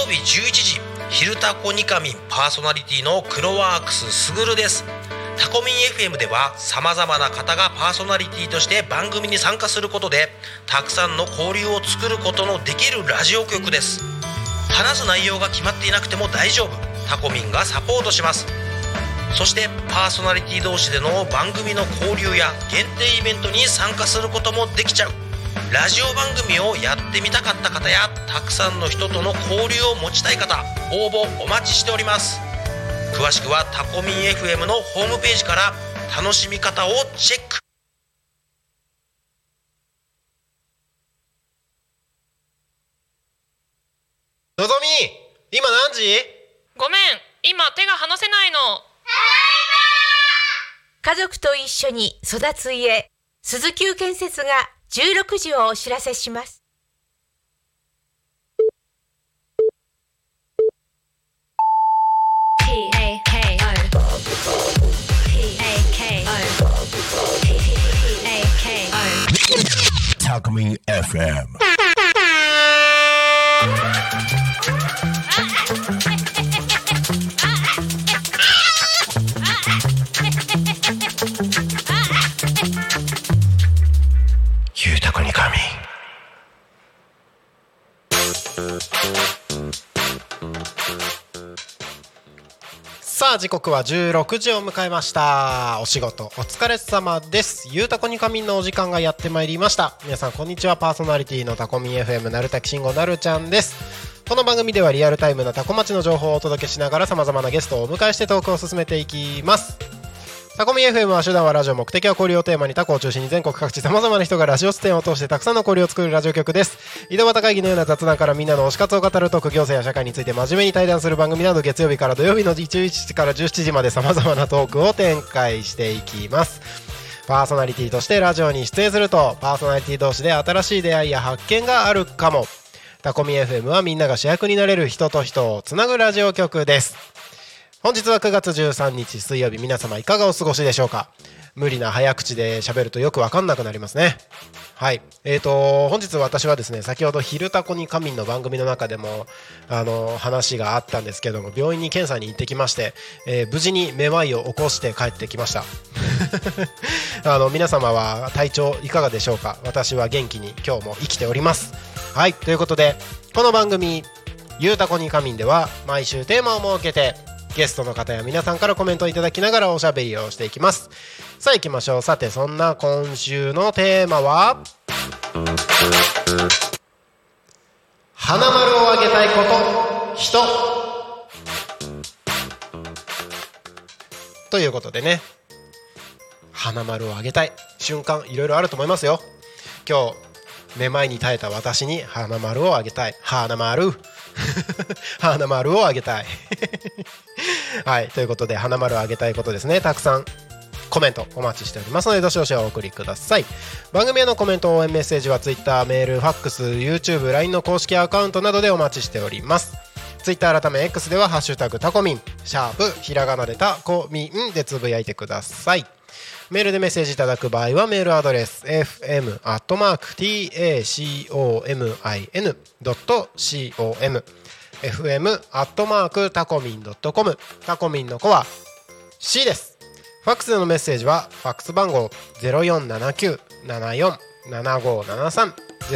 日11時、昼タコニカミンパーソナリティのクロワークスすぐるです。タコミン FM ではさまざまな方がパーソナリティとして番組に参加することで、たくさんの交流を作ることのできるラジオ局です。話す内容が決まっていなくても大丈夫、タコミンがサポートします。そしてパーソナリティ同士での番組の交流や限定イベントに参加することもできちゃう。ラジオ番組をやってみたかった方や、たくさんの人との交流を持ちたい方、応募お待ちしております。詳しくはタコミン FM のホームページから楽しみ方をチェック。 のぞみ、今何時？ ごめん、今手が離せないの。 家族と一緒に育つ家、鈴木建設が16時をお知らせします。 タコミン FM。ゆうたこにかみ。 さあ時刻は16時を迎えました。お仕事お疲れ様です。ゆうたこにかみんのお時間がやってまいりました。皆さんこんにちは。パーソナリティのタコミン FM なるたきしんごなるちゃんです。この番組ではリアルタイムなタコ町の情報をお届けしながら、様々なゲストをお迎えしてトークを進めていきます。タコミ FM は手段はラジオ、目的は交流をテーマにタコを中心に全国各地様々な人がラジオ出演を通してたくさんの交流を作るラジオ局です。井戸端会議のような雑談からみんなの推し活を語るトーク、行政や社会について真面目に対談する番組など、月曜日から土曜日の11時から17時まで様々なトークを展開していきます。パーソナリティとしてラジオに出演すると、パーソナリティ同士で新しい出会いや発見があるかも。タコミ FM はみんなが主役になれる人と人をつなぐラジオ局です。本日は9月13日水曜日、皆様いかがお過ごしでしょうか。無理な早口で喋るとよくわかんなくなりますね。はい、本日私はですね、先ほど昼タコに仮眠の番組の中でも話があったんですけども、病院に検査に行ってきまして、無事にめまいを起こして帰ってきました皆様は体調いかがでしょうか。私は元気に今日も生きております。はい、ということでこの番組ゆうたこに仮眠では毎週テーマを設けて、ゲストの方や皆さんからコメントをいただきながらおしゃべりをしていきます。さあ行きましょう。さてそんな今週のテーマは、花丸をあげたいこと人ということでね、花丸をあげたい瞬間いろいろあると思いますよ。今日めまいに耐えた私に花丸をあげたい。花丸花丸をあげたいはい、ということで花丸をあげたいことですね。たくさんコメントお待ちしておりますので、どしどしお送りください。番組へのコメント、応援メッセージは Twitter、メール、ファックス、YouTube、LINE の公式アカウントなどでお待ちしております。Twitter 改め X ではハッシュタグタコミン、シャープひらがなでタコミンでつぶやいてください。メールでメッセージいただく場合はメールアドレス fm@tacomin.com fm@tacomin.com、 タコミンの子は C です。ファックスでのメッセージはファックス番号 0479747573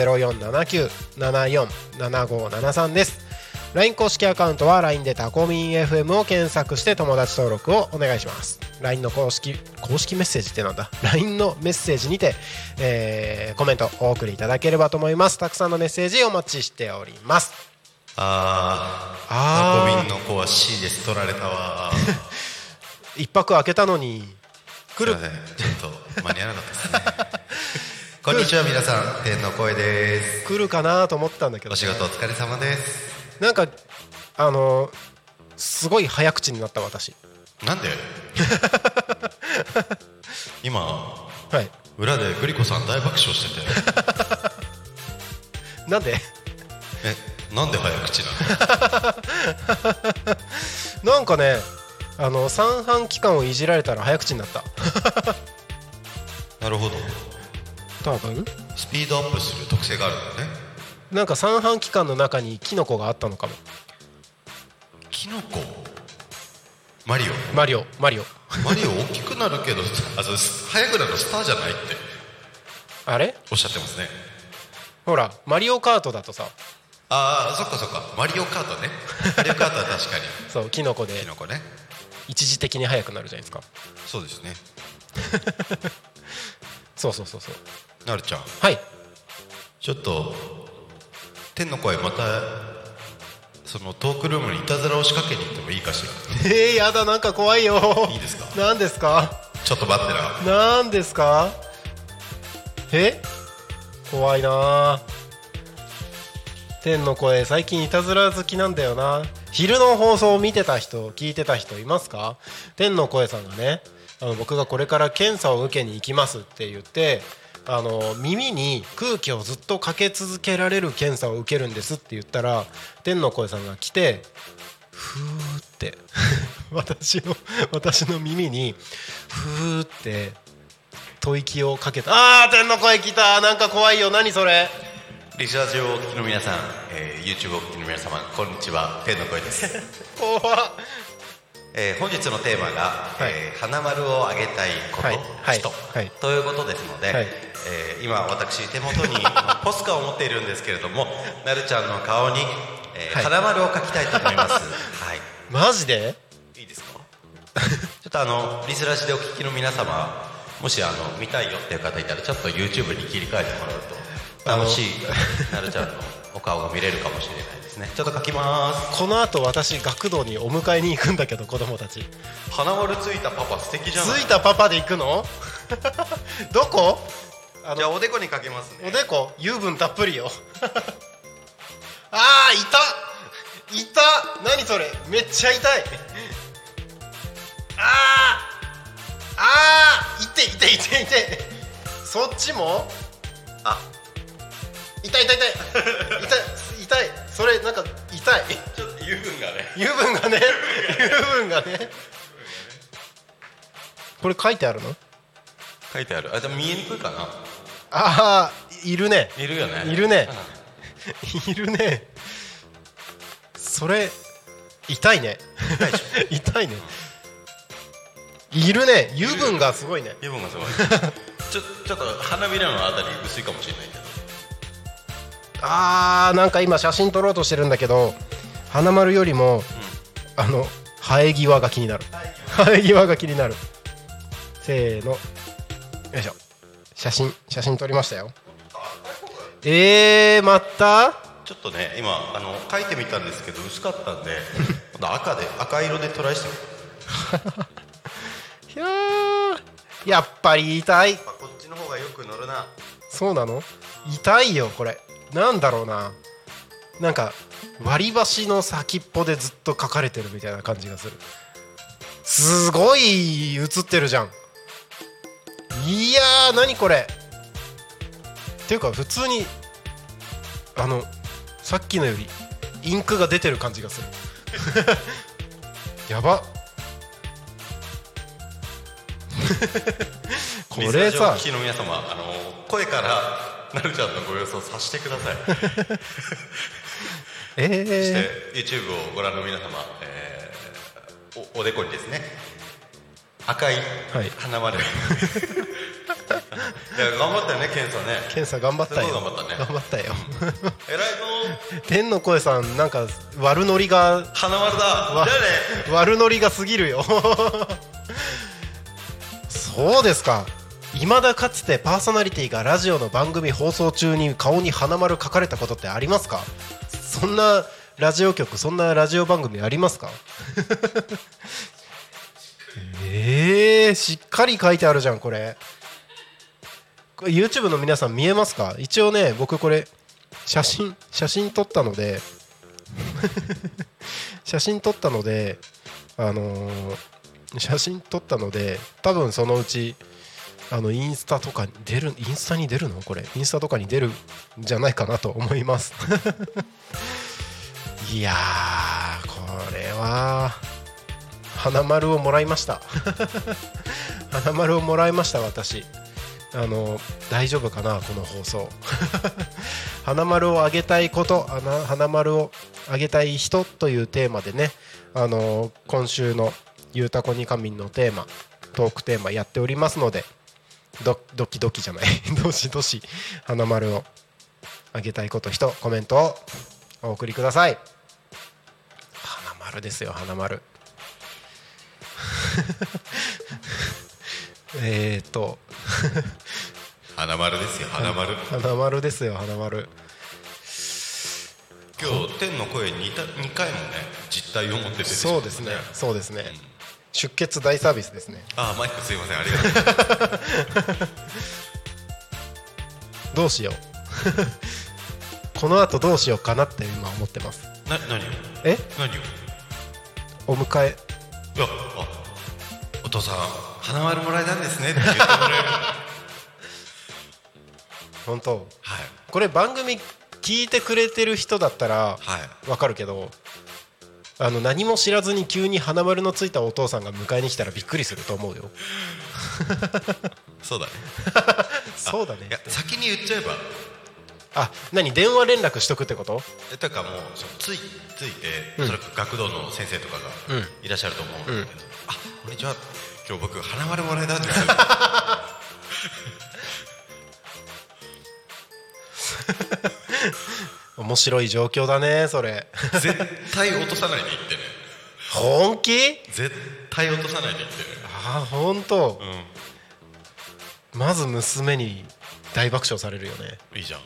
0479747573 です。 LINE 公式アカウントは LINE でタコミン FM を検索して友達登録をお願いします。 LINE の公式メッセージってなんだ LINE のメッセージにて、コメントお送りいただければと思います。たくさんのメッセージお待ちしております。 タコミンの子は C です。取られたわ一泊空けたのに来る、 ちょっと間に合わなかったですねこんにちは皆さん、天の声です。 来るかなと思ったんだけど、ね、 お仕事お疲れ様です。 なんかすごい早口になった私。 なんで今、 はい、 裏でグリコさん大爆笑しててなんでなんで早口なのなんかね、三半規管をいじられたら早口になったなるほど。 多分スピードアップする特性があるんだね。 なんか三半規管の中にキノコがあったのかも。 キノコマリオマリオ大きくなるけど速くなるのスターじゃないってあれおっしゃってますね。 ほらマリオカートだとさそっかマリオカートねマリオカートは確かにそうキノコでキノコね一時的に速くなるじゃないですか。 そうですねそうなるちゃんはいちょっと天の声またそのトークルームにいたずらを仕掛けに行ってもいいかしら。 やだなんか怖いよ。 いいですか。 何ですか。 ちょっと待ってな。 何ですか。怖いな。天の声最近いたずら好きなんだよな。昼の放送を見てた人聞いてた人いますか。天の声さんがね僕がこれから検査を受けに行きますって言って耳に空気をずっとかけ続けられる検査を受けるんですって言ったら天の声さんが来てふーって私の耳にふーって吐息をかけた。天の声来た。なんか怖いよ。何それ。 リスラジオをお聞きの皆さん、YouTube をお聞きの皆様こんにちは。天の声です怖っ。 本日のテーマが、花丸をあげたいこと、人、ということですので、今私手元にポスカを持っているんですけれどもなるちゃんの顔に、花丸を描きたいと思います、 マジでいいですかちょっとリスラジでお聞きの皆様もし見たいよっていう方いたらちょっと YouTube に切り替えてもらうと楽しいなるちゃんのお顔が見れるかもしれないですね。ちょっと描きます。 この後私学童にお迎えに行くんだけど子供たち花丸ついたパパ素敵じゃない。 ついたパパで行くのどこ。 じゃあおでこにかけますね。 おでこ油分たっぷりよいた何それ。めっちゃ痛い。痛いそっちも痛いそれなんか痛い。 ちょっと油分がねこれ書いてあるの。 書いてある。でも見えにくいかな。 いるね。 いるよね。 いるねそれ痛いね。痛いね。いるね。油分がすごいね。 油分がすごいちょっと花びらのあたり薄いかもしれないけどなんか今写真撮ろうとしてるんだけど花丸よりも、生え際が気になる。せーのよいしょ。写真撮りましたよ。またちょっとね今描いてみたんですけど薄かったんで赤色でトライしてみるやっぱり痛い。 こっちの方がよく乗るな。 そうなの。痛いよこれ。なんだろうな。なんか割り箸の先っぽでずっと書かれてるみたいな感じがする。すごい映ってるじゃん。いやー何これ。っていうか普通にさっきのよりインクが出てる感じがするやばこれさ、 聞きの皆様声からなるちゃんのご様子を察してくださいそして YouTube をご覧の皆様、おでこにですね赤い花丸、いや頑張ったよね検査頑張ったよ。 すごい頑張ったね。 頑張ったよ偉いぞ天の声さんなんか悪ノリが花丸だ。 悪ノリが過ぎるよそうですか。未だかつてパーソナリティがラジオの番組放送中に顔に花丸書かれたことってありますか。そんなラジオ局そんなラジオ番組ありますかしっかり書いてあるじゃんこれ。YouTube の皆さん見えますか。一応ね僕これ写真撮ったので写真撮ったので多分そのうちインスタとかに出る。インスタに出るのこれ。インスタとかに出るんじゃないかなと思いますいやーこれは花丸をもらいました花丸をもらいました私。大丈夫かなこの放送花丸をあげたいこと花丸をあげたい人というテーマでね、今週のゆうたこにかみんのテーマ、トークテーマやっておりますので、ドキドキじゃないどしどし花丸をあげたいこと人コメントをお送りください。花丸ですよ、花丸花丸ですよ、花丸。 花丸ですよ、花丸。 今日天の声 2回もね実態を持って出てしまったね。 そうですね、そうですね、出血大サービスですね。 マイクすいません、ありがとうどうしようこの後どうしようかなって今思ってます。 何を何をお迎え。 いや、お父さん花丸もらえたんですねって言ってもらえる本当、 はい、 これ番組聞いてくれてる人だったらわかるけど、何も知らずに急に花丸のついたお父さんが迎えに来たらびっくりすると思うよそうだねそうだね。 いや先に言っちゃえば、 何電話連絡しとくってこと？ というかもうついて、それ学童の先生とかがいらっしゃると思うんだけど、こんにちは、今日僕花丸もらえたんですよ面白い状況だねそれ絶対落とさないで言ってね。 本気？ 絶対落とさないで言ってね。 本当、まず娘に大爆笑されるよね。 いいじゃん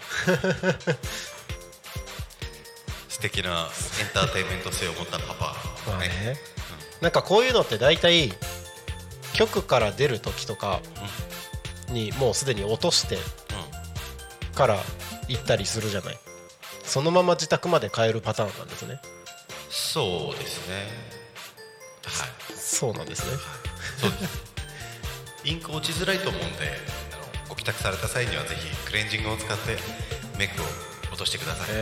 素敵なエンターテインメント性を持ったパパ、 まあね、なんかこういうのって大体局から出る時とかにもうすでに落としてから行ったりするじゃない。そのまま自宅まで帰るパターンなんですね。 そうですね、はい、 そうなんですね、 そうですインク落ちづらいと思うんで、ご帰宅された際にはぜひクレンジングを使ってメイクを落としてください。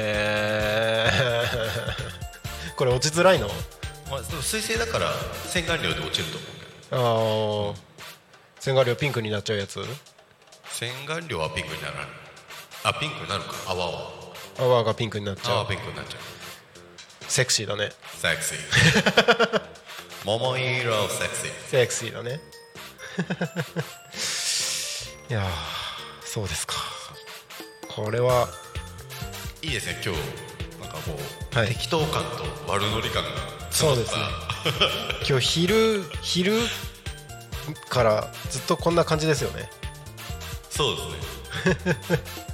これ落ちづらいの？ 水性だから洗顔料で落ちると思うけど。 洗顔料ピンクになっちゃうやつ？ 洗顔料はピンクにならない。ピンクになるか。 泡がピンクになっちゃう。 泡ピンクになっちゃう。 セクシーだね。 セクシー桃色セクシー。 セクシーだねいやそうですか。これはいいですね。今日なんかもう、適当感と悪ノリ感がそうですね今日昼からずっとこんな感じですよね。 そうですね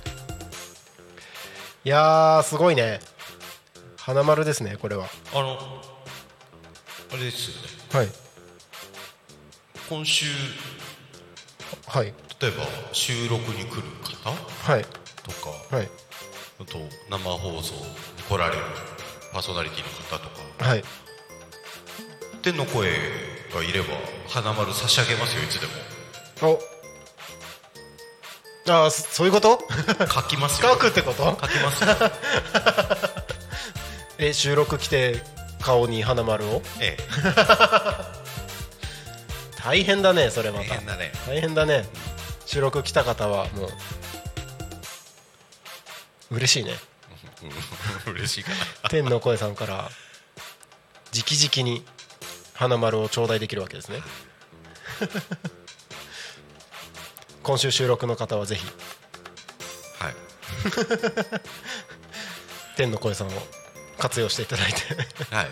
いやーすごいね。花丸ですねこれは。 あれですよね。 はい。 今週、 はい。 例えば収録に来る方、 はい、 とか、 はい、 あと生放送に来られるパーソナリティの方とか、 はい、 天の声がいれば花丸差し上げますよ、いつでも。 そういうこと書きますよ。 書くってこと？ 書きますよ収録来て顔に花丸を？大変だねそれまた。 大変だね。 大変だね。収録来た方はもう嬉しいね嬉しいかな天の声さんから直々に花丸を頂戴できるわけですね今週収録の方はぜひはい天の声さんを活用していただいてはい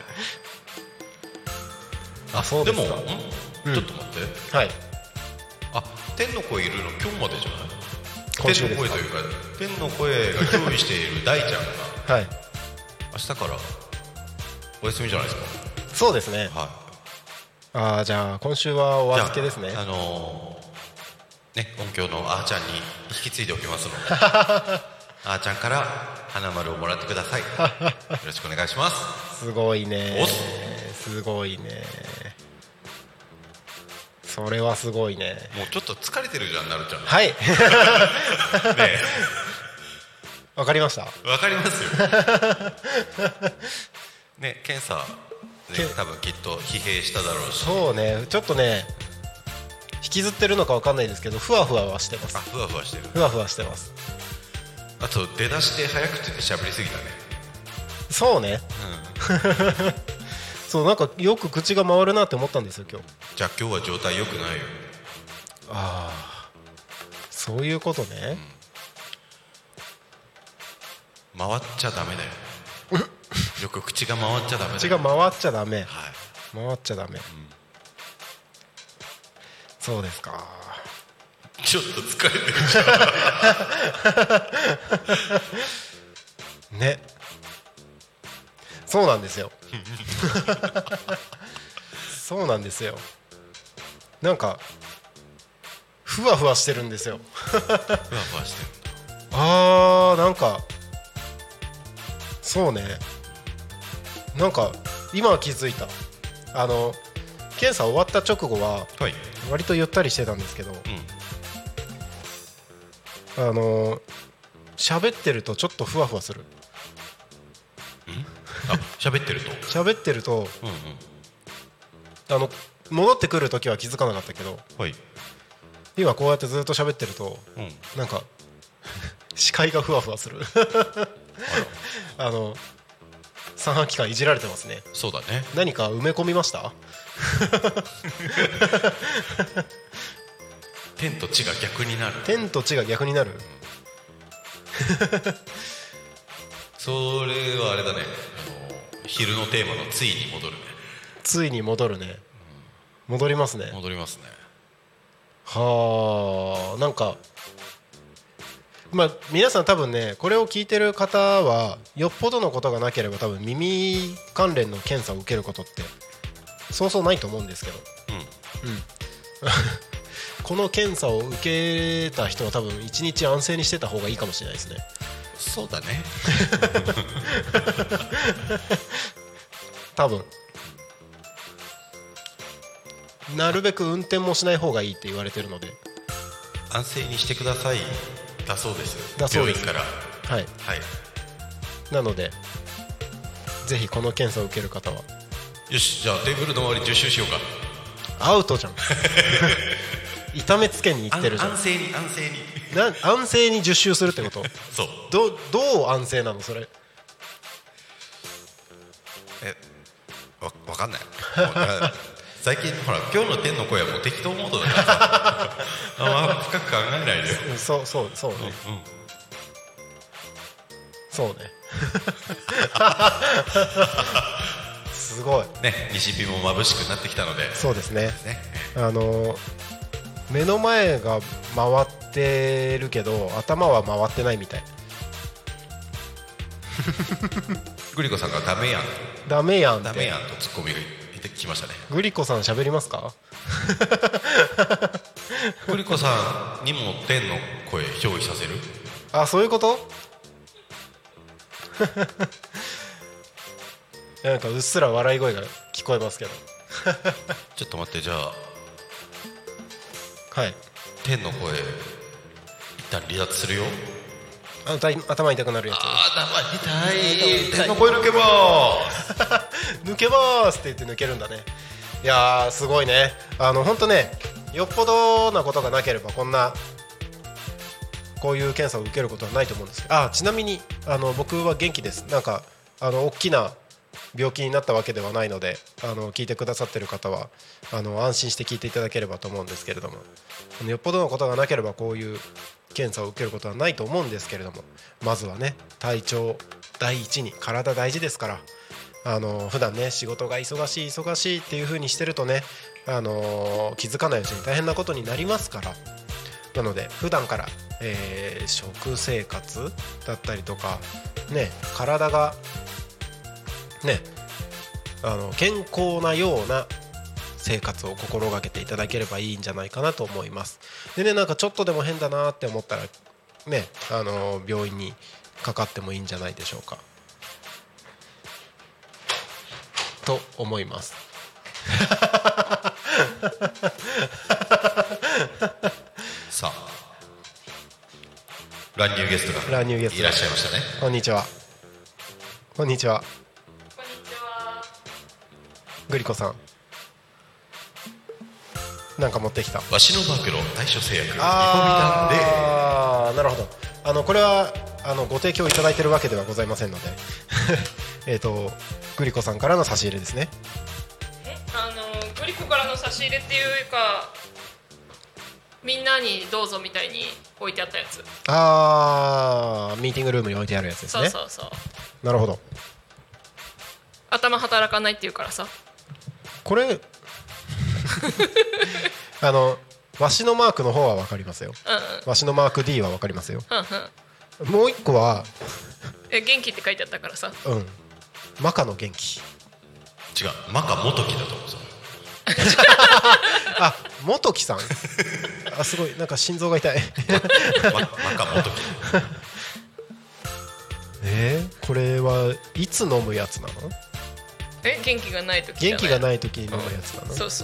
そうですか。 でも、ちょっと待って、 はい、 天の声いるの今日までじゃない？ 今週ですか？ 天の声というか天の声が憑依している大ちゃんが、 はい、 明日からお休みじゃないですか。 そうですね、 はい、 じゃあ今週はお預けですね。 ね、音響のあーちゃんに引き継いでおきますのであーちゃんから花丸をもらってくださいよろしくお願いします。 すごいね。すごいね。それはすごいね。 もうちょっと疲れてるじゃん、なるちゃん。 はいねえわかりました。 わかりますよね、検査で多分きっと疲弊しただろうし。 そうね、ちょっとね引きずってるのかわかんないですけどふわふわはしてます。 ふわふわしてる。 ふわふわしてます。 あと出だしで早口で喋りすぎたね。 そうね、そうなんかよく口が回るなって思ったんですよ今日。 じゃあ今日は状態良くないよ。 ああ、そういうことね、 回っちゃダメだよよく口が回っちゃダメだよ。 口が回っちゃダメ、 はい、 回っちゃダメ、そうですか。 ちょっと疲れてるじゃんね、そうなんですよそうなんですよ。なんかふわふわしてるんですよふわふわしてる。 あー、なんかそうね、なんか今気づいた。検査終わった直後ははい、 割とゆったりしてたんですけど、喋ってるとちょっとふわふわする。 あ、喋ってると喋ってると、戻ってくるときは気づかなかったけど、 はい、 今こうやってずっと喋ってると、なんか視界がふわふわする三半規管いじられてますね。 そうだね。 何か埋め込みました天と地が逆になる。 天と地が逆になるそれはあれだね、昼のテーマのついに戻るね。 ついに戻るね、戻りますね。 戻りますね。 はあ、なんかまあ皆さん多分ね、これを聞いてる方はよっぽどのことがなければ多分耳関連の検査を受けることってそうそうないと思うんですけど、この検査を受けた人は多分一日安静にしてた方がいいかもしれないですね。 そうだね多分なるべく運転もしない方がいいって言われてるので、 安静にしてくださいだそうです。 だそうです。 病院から。 はい、 はい、 なのでぜひこの検査を受ける方は。 よし、じゃあテーブルの周り10周しようか。 アウトじゃん痛めつけに行ってるじゃん。 安静に安静に安静に10周するってことそう。 どう安静なのそれ。 わかんない最近ほら今日の天の声はもう適当モードだからさ深く考えないで。 そうね、そうねすごいね、西日も眩しくなってきたので。 そうですね。目の前が回ってるけど頭は回ってないみたいグリコさんがダメやんダメやんとツッコミが出てきましたね。 グリコさん喋りますかグリコさんにも天の声憑依させる。 あ、そういうことなんかうっすら笑い声が聞こえますけどちょっと待って、じゃあはい、 天の声一旦離脱するよ。 頭痛くなるやつ。 頭痛い。天の声抜けば抜けますって言って抜けるんだね。いやーすごいね。ほんとね、よっぽどなことがなければこういう検査を受けることはないと思うんですけど、ちなみに僕は元気です。なんか大きな病気になったわけではないので、聞いてくださってる方は安心して聞いていただければと思うんですけれども、よっぽどのことがなければこういう検査を受けることはないと思うんですけれども、まずはね、体調第一に、体大事ですから、普段ね仕事が忙しいっていう風にしてるとね、気づかないうちに大変なことになりますから、なので普段から、食生活だったりとかね、体がね、健康なような生活を心がけていただければいいんじゃないかなと思います。でね、なんかちょっとでも変だなって思ったらね、病院にかかってもいいんじゃないでしょうかと思いますさあ、乱入ゲストがいらっしゃいましたね。 こんにちは。こんにちは。グリコさん、なんか持ってきた。 わしの暴露対処製薬。 なるほど。これはご提供いただいてるわけではございませんのグリコさんからの差し入れですね。 グリコからの差し入れっていうか、みんなにどうぞみたいに置いてあったやつ。 ミーティングルームに置いてあるやつですね。 そうなるほど。 頭働かないっていうからさ、 これわしのマークの方は分かりますよ。わしのマーク D は分かりますよ。もう一個は元気って書いてあったからさ。 マカの元気。 違う、マカ元木だと思う。 あ、元木さんすごい、なんか心臓が痛いマカ元木これはいつ飲むやつなの？ 元気がない時じゃない？ 元気がない時に飲むやつなの？ そう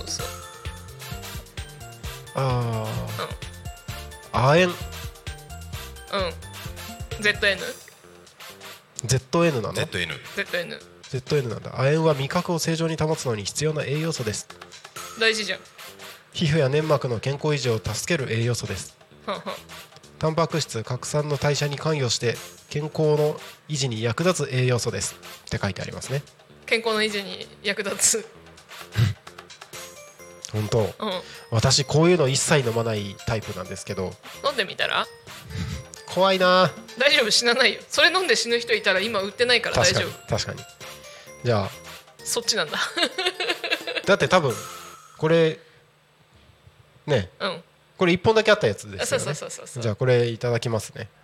亜鉛。ZN なの？ ZN なんだ。亜鉛は味覚を正常に保つのに必要な栄養素です。 大事じゃん。 皮膚や粘膜の健康維持を助ける栄養素です。タンパク質、核酸の代謝に関与して健康の維持に役立つ栄養素ですって書いてありますね。 健康の維持に役立つ本当、私こういうの一切飲まないタイプなんですけど。 飲んでみたら？ 怖いな。 大丈夫、死なないよ。それ飲んで死ぬ人いたら今売ってないから大丈夫。 確かに。じゃあそっちなんだだって多分これね、これ1本だけあったやつですよね。 そう。 じゃあこれいただきますね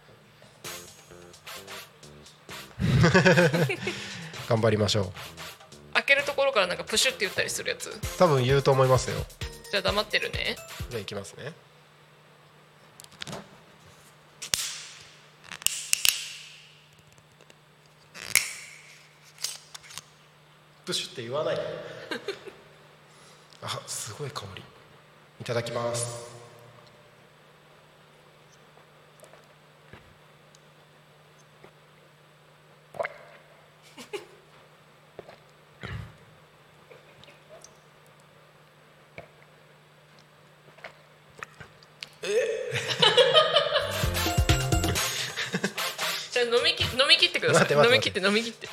頑張りましょう。 開けるところからなんかプシュって言ったりするやつ。 多分言うと思いますよ。 じゃあ黙ってるね。 じゃあいきますね。プシュって言わないあ、すごい香り。いただきます。 じゃあ飲み切ってください。飲み切って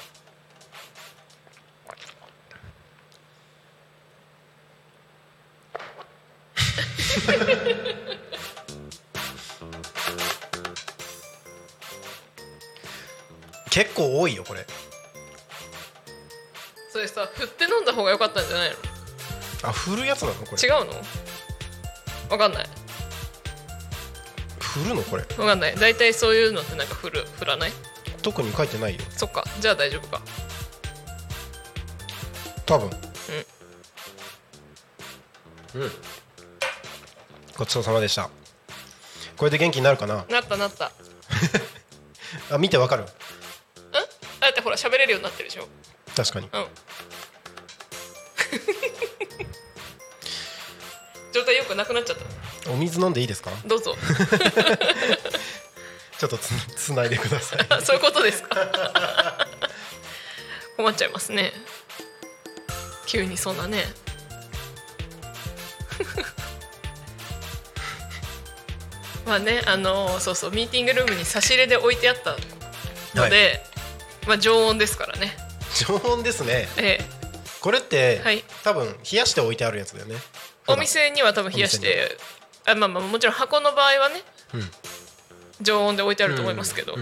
結構多いよこれ。 それさ、振って飲んだ方が良かったんじゃないの？ あ、振るやつなのこれ？ 違うの？分かんない。 振るのこれ？ 分かんない。大体そういうのってなんか振らない？ 特に書いてないよ。 そっか、じゃあ大丈夫か。 多分。ごちそうさまでした。これで元気になるかな？ なったあ、見てわかる？ だってほら喋れるようになってるでしょ。 確かに。 状態よくなくなっちゃった。 お水飲んでいいですか？ どうぞちょっとつないでくださいそういうことですか困っちゃいますね、急にそんなねまあね、そうミーティングルームに差し入れで置いてあったので、まあ常温ですからね。 常温ですね。これって、多分冷やして置いてあるやつだよね。 お店には多分冷やして、まあもちろん箱の場合はね、常温で置いてあると思いますけど、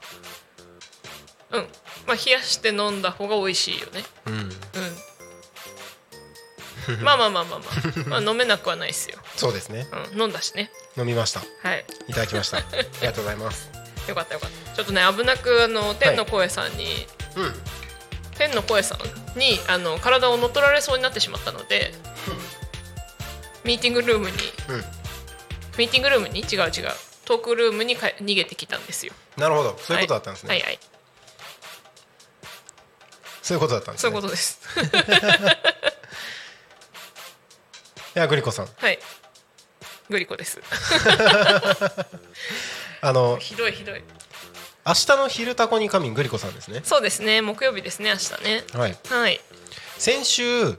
まあ冷やして飲んだ方が美味しいよね。まあ飲めなくはないですよ。 そうですね。 飲んだしね。 飲みました。 はい。 いただきました。ありがとうございます。 よかった。ちょっとね、危なく天の声さんに、天の声さんに体を乗っ取られそうになってしまったので、ミーティングルームに違うトークルームに逃げてきたんですよ。 なるほど、そういうことだったんですね。 はい。 そういうことだったんですね。 そういうことです。 いや、グリコさん。 はい。グリコです。ひどい。 明日の昼タコに仮眠グリコさんですね。 そうですね、木曜日ですね、明日ね。はい。 先週、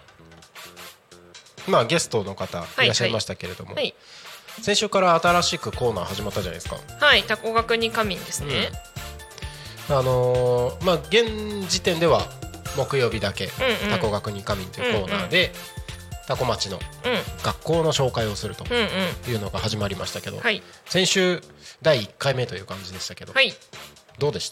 まあゲストの方いらっしゃいましたけれども、先週から新しくコーナー始まったじゃないですか。 はい、タコ学に仮眠ですね。 現時点では木曜日だけ、 うんうん、 タコ学に神というコーナーで、タコ町の学校の紹介をするというのが始まりましたけど、 はい、 先週第1回目という感じでしたけど、 はい、 どうでした？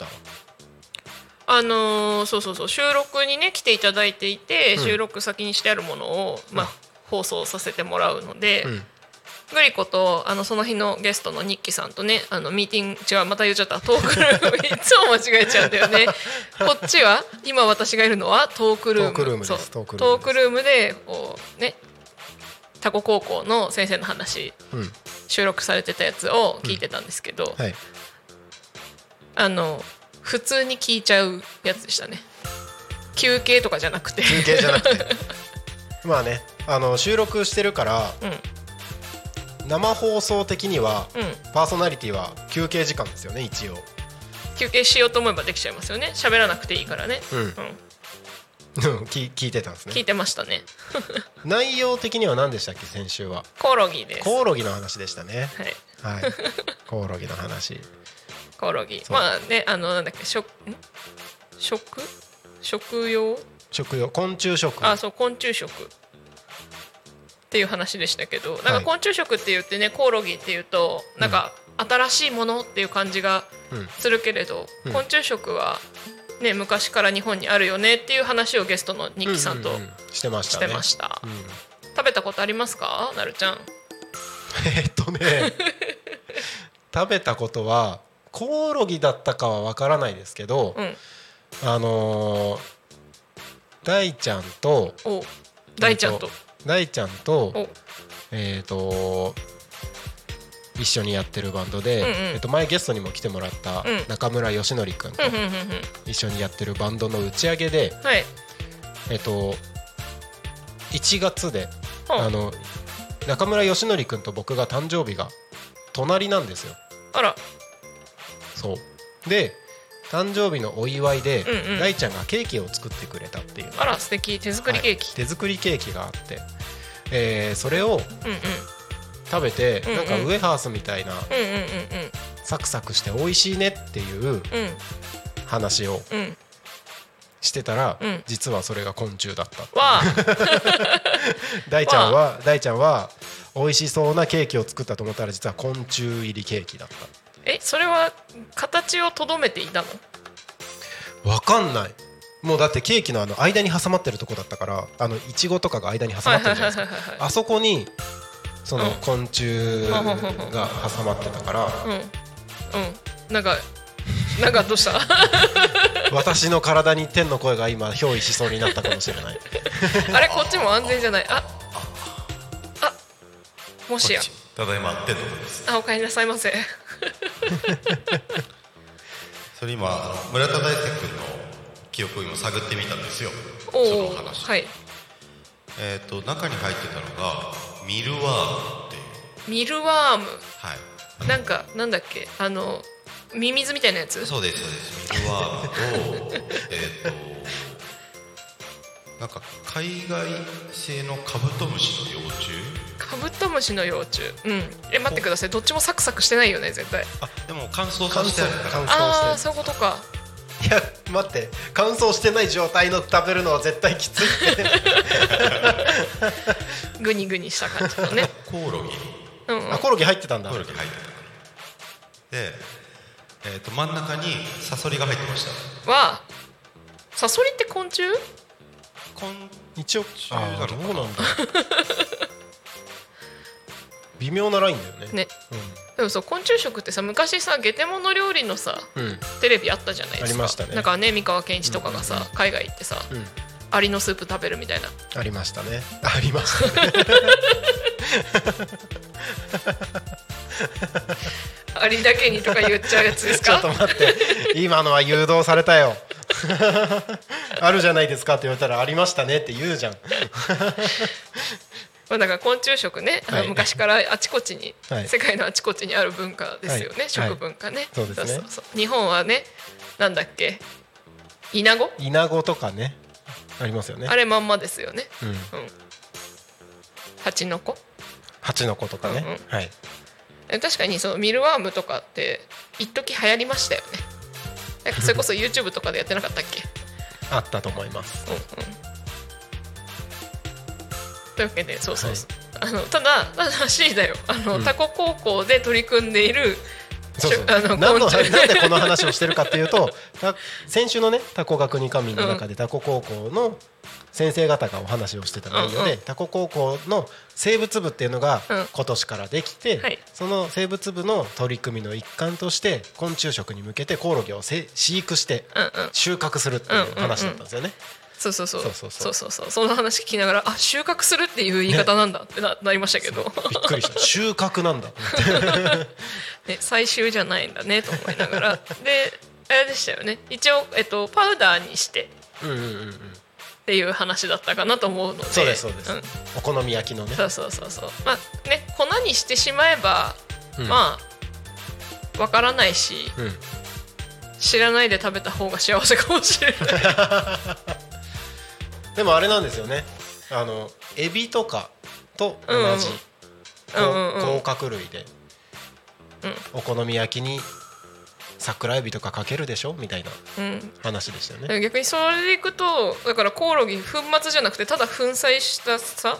そう収録にね来ていただいていて、収録先にしてあるものを、放送させてもらうので、グリコとその日のゲストのニッキさんとねミーティングまた言っちゃったトークルームいつも間違えちゃうんだよねこっちは今私がいるのはトークルームトークルームでこうねタコ高校の先生の話、収録されてたやつを聞いてたんですけど、はい、普通に聞いちゃうやつでしたね。休憩とかじゃなくて休憩じゃなくてまあね収録してるから、生放送的には、パーソナリティは休憩時間ですよね。一応休憩しようと思えばできちゃいますよね。喋らなくていいからね。 聞いてたんですね。 聞いてましたね内容的には何でしたっけ？先週はコオロギです。 コオロギの話でしたね。 はい、 コオロギの話コオロギまあねなんだっけ食用昆虫食そう昆虫食っていう話でしたけど、なんか昆虫食って言ってね、コオロギっていうとなんか新しいものっていう感じがするけれど、昆虫食はね昔から日本にあるよねっていう話をゲストのニッキさんとしてましたね。 食べたことありますか、なるちゃん？ 食べたことはコオロギだったかは分からないですけど、大ちゃんと一緒にやってるバンドで、前ゲストにも来てもらった中村義則君と一緒にやってるバンドの打ち上げで、1月で中村義則君と僕が誕生日が隣なんですよ。 あら。 そうで誕生日のお祝いで、大ちゃんがケーキを作ってくれたっていう。 あら素敵。手作りケーキ、 手作りケーキがあって、それを食べて、なんかウエハースみたいな、サクサクして美味しいねっていう話をしてたら、実はそれが昆虫だったわ大ちゃんは美味しそうなケーキを作ったと思ったら実は昆虫入りケーキだった。 それは形をとどめていたの？ わかんない。もうだってケーキの間に挟まってるとこだったから、いちごとかが間に挟まってるじゃないですか。あそこにその昆虫が挟まってたから、 なんかどうした私の体に天の声が今憑依しそうになったかもしれないあれこっちも安全じゃない。もしやただいま天の声です。 お帰りなさいませそれ今村田大輔君の記憶を今探ってみたんですよ。その話、中に入ってたのがミルワームっていう。 ミルワーム、なんだっけミミズみたいなやつ。 そうですミルワームとなんか海外製のカブトムシの幼虫。 カブトムシの幼虫。待ってください。どっちもサクサクしてないよね絶対。 でも乾燥させてあるから。 そういうことか。 いや待って、乾燥してない状態の食べるのは絶対きついってグニグニした感じのねコオロギ、 コオロギ入ってたんだ。 コオロギ入ってたで、真ん中にサソリが入ってました。 サソリって昆虫？ 一応どうなんだ微妙なラインだよね。 でも昆虫食ってさ、昔さゲテモノ料理のさ、テレビあったじゃないですか。 ありましたね。 なんかね三河健一とかがさ、海外行ってさ、アリのスープ食べるみたいな。 ありましたね。 アリだけにとか言っちゃうやつですか？ ちょっと待って、今のは誘導されたよあるじゃないですかって言われたらありましたねって言うじゃんだから昆虫食ね、昔からあちこちに、世界のあちこちにある文化ですよね、食文化ね。 そうですね。 日本はね、なんだっけ、イナゴとかねありますよね。 あれまんまですよね。ハチノコとかね。 確かにそのミルワームとかって一時流行りましたよね。 それこそ YouTube とかでやってなかったっけ？ あったと思います、 うんうん、というわけでそうそうそう、はい、ただらしいだよタコ高校で取り組んでいるなんでこの話をしてるかっていうと先週のねタコ学2科民の中でタコ高校の先生方がお話をしてた内容で、タコ高校の生物部っていうのが今年からできて、はい、その生物部の取り組みの一環として昆虫食に向けてコオロギを飼育して収穫するっていう話だったんですよね。 そうその話聞きながら収穫するっていう言い方なんだってなりましたけど、 びっくりした。収穫なんだね、採集じゃないんだねと思いながらであれでしたよね、一応、パウダーにしてっていう話だったかなと思うので、 そうですそうです、お好み焼きのね、 そうまあね、粉にしてしまえば、まあわからないし、知らないで食べた方が幸せかもしれないでもあれなんですよね、エビとかと同じ甲殻類で、お好み焼きに桜エビとかかけるでしょみたいな話でしたよね、 逆にそれでいくとだからコオロギ粉末じゃなくてただ粉砕したさ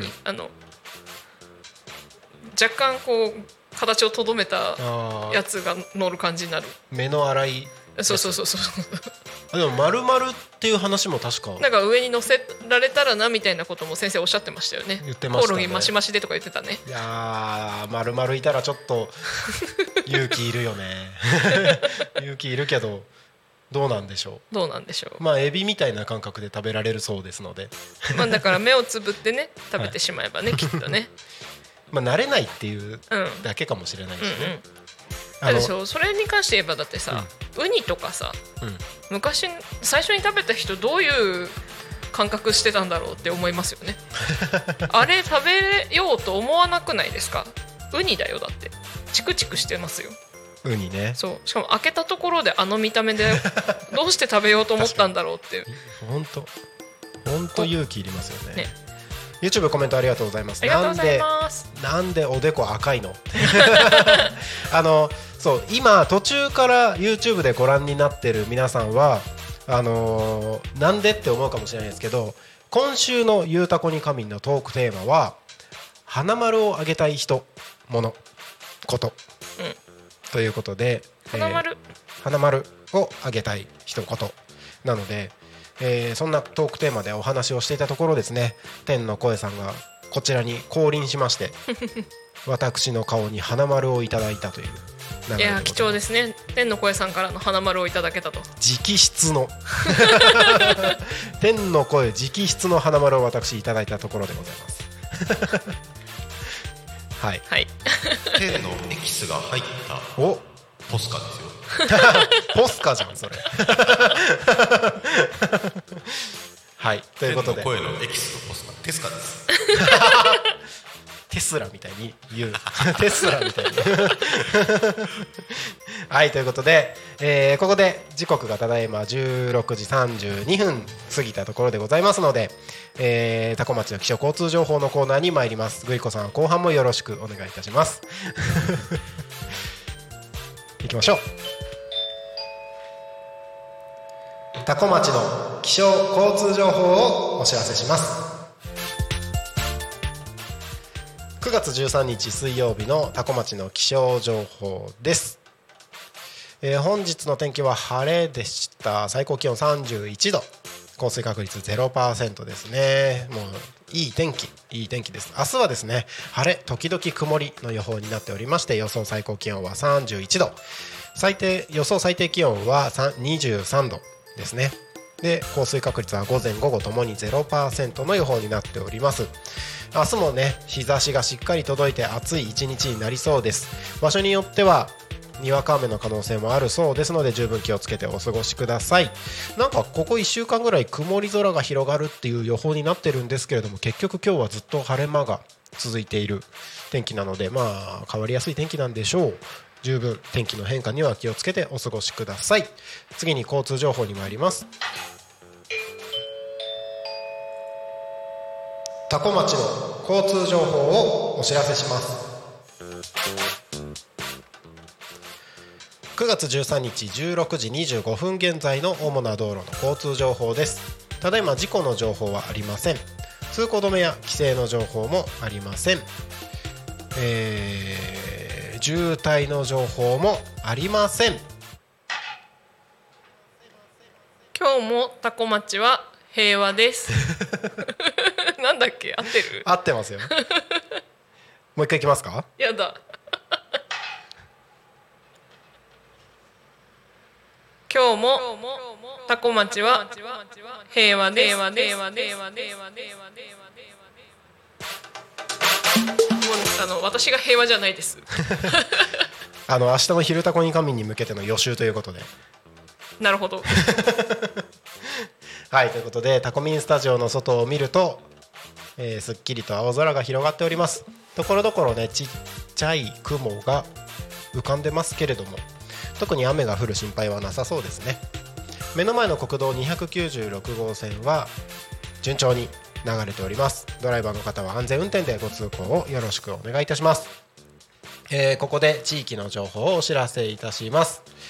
若干こう形をとどめたやつが乗る感じになる、 目の粗い、 そうでも丸々っていう話も確かなんか上に乗せられたらなみたいなことも先生おっしゃってましたよね。 言ってましたね。 コオロギマシマシでとか言ってたね。 いやー丸々いたらちょっと勇気いるよね勇気いるけどどうなんでしょう。まあエビみたいな感覚で食べられるそうですのでまあだから目をつぶってね食べてしまえばね、はい、きっとねまあ慣れないっていうだけかもしれないしね、 それに関して言えばだってさ、ウニとかさ、昔最初に食べた人どういう感覚してたんだろうって思いますよねあれ食べようと思わなくないですか。ウニだよ、だってチクチクしてますよウニね。 そう、しかも開けたところで見た目でどうして食べようと思ったんだろうって本当勇気いりますよね。YouTube コメントありがとうございます。なんでおでこ赤いのそう今途中から YouTube でご覧になってる皆さんはなんでって思うかもしれないですけど、今週のゆうたこにかみんのトークテーマは花丸をあげたい人物こと、ということで花丸をあげたい人ことなので、そんなトークテーマでお話をしていたところですね、天の声さんがこちらに降臨しまして私の顔に花丸をいただいたという。 いや貴重ですね。天の声さんからの花丸をいただけたと。 直筆の天の声直筆の花丸を私いただいたところでございますはい、はい、 天のエキスが入ったポスカですよポスカじゃんそれはい、ということで天の声のエキスとポスカテスカですテスラみたいに言うテスラみたいにはい、ということで、ここで時刻がただいま16時32分過ぎたところでございますので、多古町の気象交通情報のコーナーに参ります。グリコさん後半もよろしくお願いいたします行きましょう。多古町の気象交通情報をお知らせします。9月13日水曜日の多古町の気象情報です。本日の天気は晴れでした。最高気温31度、降水確率 0% ですね。もういい天気です。明日はですね晴れ時々曇りの予報になっておりまして、予想最高気温は31度、予想最低気温は23度ですね。で降水確率は午前午後ともに 0% の予報になっております。明日もね日差しがしっかり届いて暑い一日になりそうです。場所によってはにわか雨の可能性もあるそうですので十分気をつけてお過ごしください。なんかここ1週間ぐらい曇り空が広がるっていう予報になってるんですけれども、結局今日はずっと晴れ間が続いている天気なので、まあ変わりやすい天気なんでしょう。十分天気の変化には気をつけてお過ごしください。次に交通情報に参ります。多古町の交通情報をお知らせします。9 9月13日16時25分現在の主な道路の交通情報です。ただいま事故の情報はありません。通行止めや規制の情報もありません。渋滞の情報もありません。 今日もタコ町は平和ですなんだっけ、合ってる？ 合ってますよもう一回いきますか。 やだ今日もタコ町は平和です。もう私が平和じゃないです明日の昼タコに仮眠に向けての予習ということで。 なるほどはい、ということでタコミンスタジオの外を見ると、すっきりと青空が広がっております。ところどころねちっちゃい雲が浮かんでますけれども、特に雨が降る心配はなさそうですね。目の前の国道296号線は順調に流れております。ドライバーの方は安全運転でご通行をよろしくお願いいたします。ここで地域の情報をお知らせいたします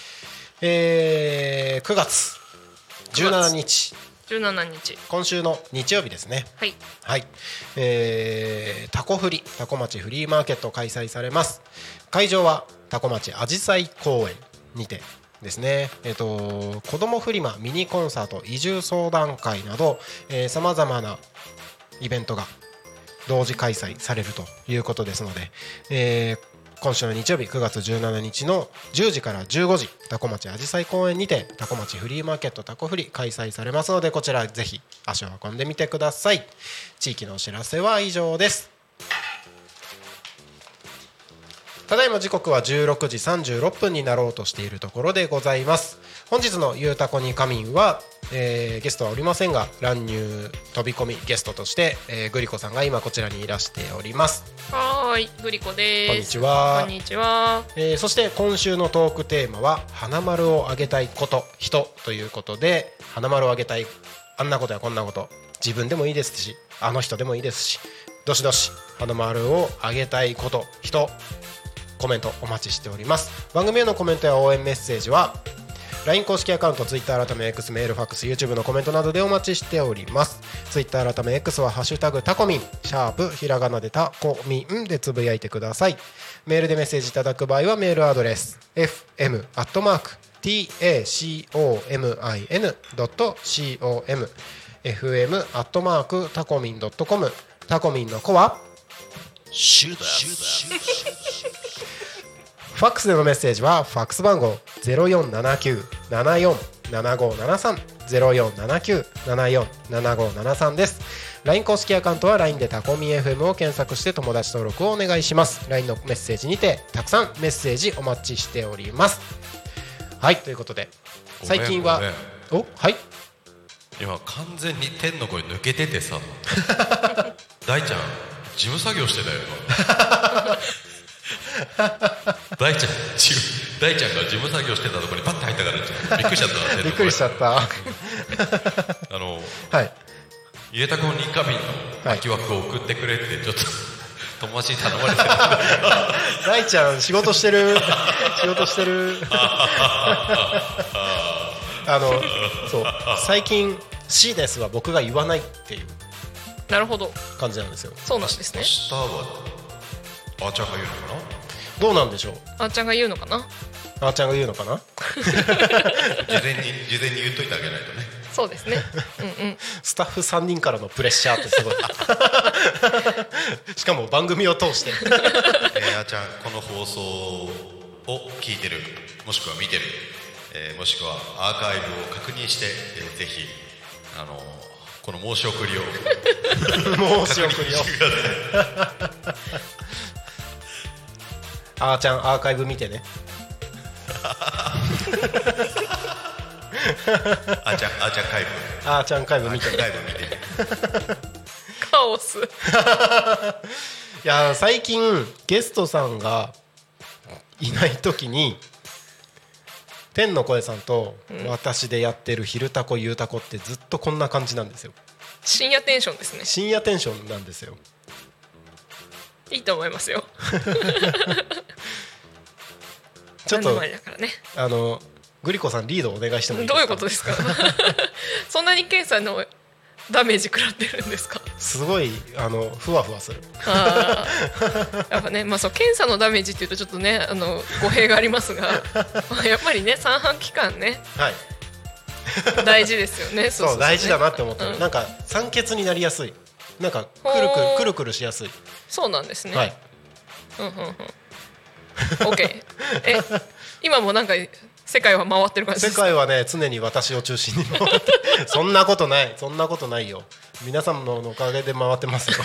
。9月17日今週の日曜日ですね。 はい、 はい、タコ町フリーマーケット開催されます。会場はタコ町あじさい公園にてですね。子どもフリマ、ミニコンサート、移住相談会などさまざまなイベントが同時開催されるということですので、今週の日曜日9月17日の10時から15時タコ町あじさい公園にてタコ町フリーマーケットタコフリ開催されますので、こちらぜひ足を運んでみてください。地域のお知らせは以上です。ただいま時刻は16時36分になろうとしているところでございます。本日のゆうたこに仮眠は、ゲストはおりませんが乱入飛び込みゲストとして、グリコさんが今こちらにいらしております。 はい、グリコです。 こんにちは。 こんにちは。 そして今週のトークテーマは花丸をあげたいこと人ということで、花丸をあげたいあんなことやこんなこと、自分でもいいですしあの人でもいいですし、どしどし花丸をあげたいこと人コメントお待ちしております。番組へのコメントや応援メッセージは LINE 公式アカウント、Twitter 改め X、メール、ファックス、YouTube のコメントなどでお待ちしております。 Twitter 改め X はハッシュタグタコミンひらがなでタコミンでつぶやいてください。メールでメッセージいただく場合はメールアドレス fm@tacomin.com fm@tacomin.com タコミンの子はシューファックスでのメッセージはファックス番号 0479747573 0479747573 です。 LINE 公式アカウントは LINE でタコミ FM を検索して友達登録をお願いします。 LINE のメッセージにてたくさんメッセージお待ちしております。はい、ということで最近ははい今完全に天の声抜けててさ大ちゃん事務作業してたよ大ちゃんが事務作業してたところにパッと入ったからびっくりしちゃったびっくりしちゃったはいゆうたこに神の空き枠を送ってくれってちょっと友達に頼まれてる大ちゃん仕事してるそう最近 C ですは僕が言わないっていうなるほど感じなんですよ。 そうなんですね。 明日はあーちゃんが言うのかな。 どうなんでしょう。 あーちゃんが言うのかな。 あーちゃんが言うのかな事前に言っといてあげないとね。 そうですね、うんうん、 スタッフ3人からのプレッシャーってすごいしかも番組を通してあーちゃんこの放送を聞いてるもしくは見てる、もしくはアーカイブを確認して、ぜひこの申し送りをあーちゃんアーカイブ見てねあーちゃんカイブ見てカオスいや最近ゲストさんがいない時に天の声さんと私でやってる昼タコゆうタコってずっとこんな感じなんですよ。 深夜テンションですね。 深夜テンションなんですよ。 いいと思いますよちょっと何でもありだからね。 グリコさんリードお願いしてもいいですか。 どういうことですか。そんなに検査のダメージ食らってるんですか。 すごいふわふわする。 やっぱね、そう検査のダメージっていうとちょっとね語弊がありますがやっぱりね三半規管ね、 はい、 大事ですよね。 そう大事だなって思ってる、 うん、 なんか酸欠になりやすい、なんかくるくるしやすい。 そうなんですね。 はい。 OK。今もなんか世界は回ってる感じですか。 世界はね常に私を中心に回ってそんなことない、そんなことないよ。皆さんのおかげで回ってますよ。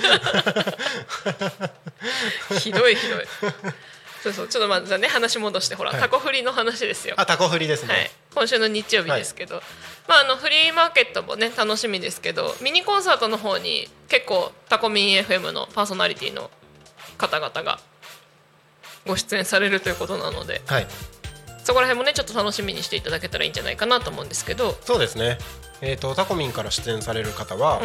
ひどいひどい。そうちょっとまずね話戻してほら、はい、タコ振りの話ですよ。 タコ振りですね、 はい、今週の日曜日ですけど、はい、フリーマーケットもね楽しみですけど、ミニコンサートの方に結構タコミン FM のパーソナリティの方々がご出演されるということなので、はい、そこら辺もねちょっと楽しみにしていただけたらいいんじゃないかなと思うんですけど。 そうですね、タコミンから出演される方は、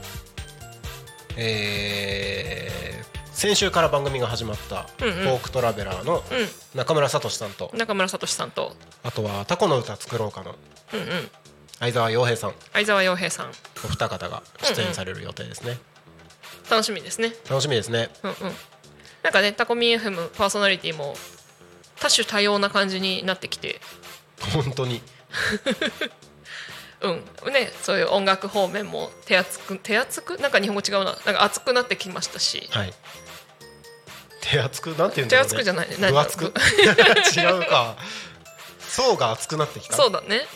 先週から番組が始まったフォークトラベラーの中村聡さんと、あとはタコの歌作ろうかの相沢洋平さんお二方が出演される予定ですね。 楽しみですね。なんかねタコミン FM パーソナリティも多種多様な感じになってきて、 本当にね、そういう音楽方面も手厚くなんか日本語違うな、なんか熱くなってきましたし、 はい、手厚くなんていうんだろうね。 手厚くじゃないね、 分厚く違うか、層が厚くなってきた。 そうだね。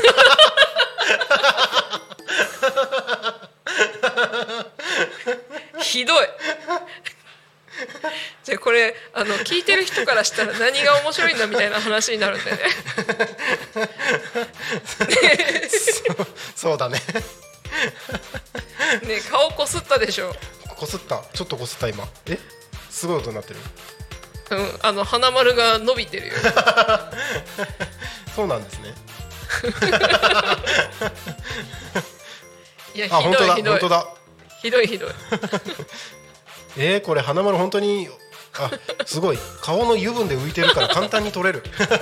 ひどい。じゃあこれ聞いてる人からしたら何が面白いんだみたいな話になるんでね。 そうだね。 ね、顔こすったでしょ。 こすった、ちょっとこすった今。すごい音になってる。 花丸が伸びてるよ。 そうなんですね。 いや、ひどいひどい。 本当だ。 ひどいひどい。 これ花丸本当にすごい顔の油分で浮いてるから簡単に取れる。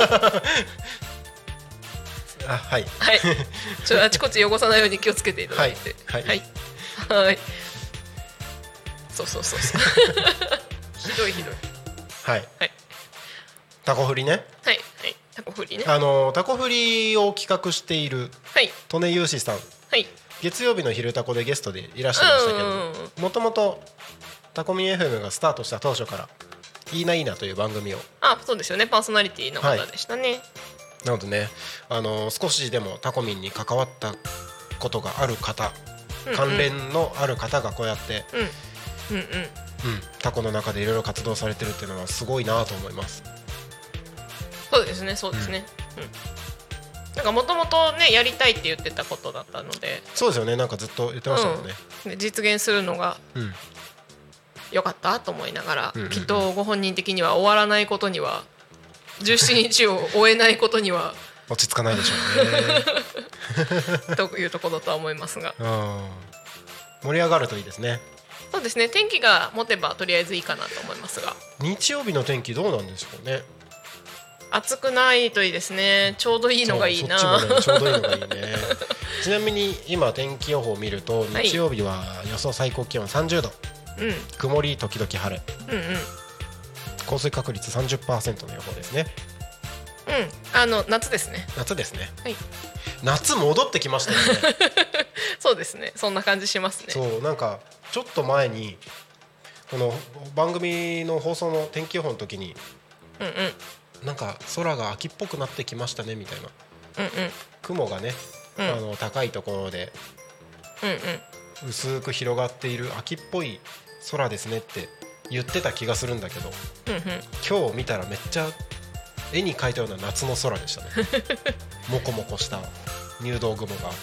はい。 はい。あちこち汚さないように気をつけていただいて。はい。はい。そう。ひどいひどい。 はい。タコ振りね。 はい。タコ振りね。 タコ振りを企画している利根雄志さん。はい。月曜日の昼タコでゲストでいらっしゃいましたけど、もともとタコミン FM がスタートした当初からいいないいなという番組を、 そうですよね、パーソナリティの方でしたね。 なのでね、少しでもタコミンに関わったことがある方、関連のある方がこうやってタコの中でいろいろ活動されてるっていうのはすごいなと思います。 そうですね。なんかもともとねやりたいって言ってたことだったので。 そうですよね、なんかずっと言ってましたもんね。 実現するのがよかったと思いながら、きっとご本人的には終わらないことには、17日を終えないことには落ち着かないでしょうね。 というところだとは思いますが、 盛り上がるといいですね。 そうですね、天気が持てばとりあえずいいかなと思いますが。 日曜日の天気どうなんでしょうね。 暑くないといいですね。ちょうどいいのがいいな。 そっちもね、ちょうどいいのがいいね。ちなみに今天気予報を見ると、日曜日は予想最高気温30度、曇り時々晴れ、降水確率 30% の予報ですね。 夏ですね。 夏ですね。夏戻ってきましたよね。 そうですね、そんな感じしますね。 そう、なんかちょっと前にこの番組の放送の天気予報の時に、なんか空が秋っぽくなってきましたねみたいな、雲がね、高いところで薄く広がっている秋っぽい空ですねって言ってた気がするんだけど、今日見たらめっちゃ絵に描いたような夏の空でしたね。もこもこした入道雲が、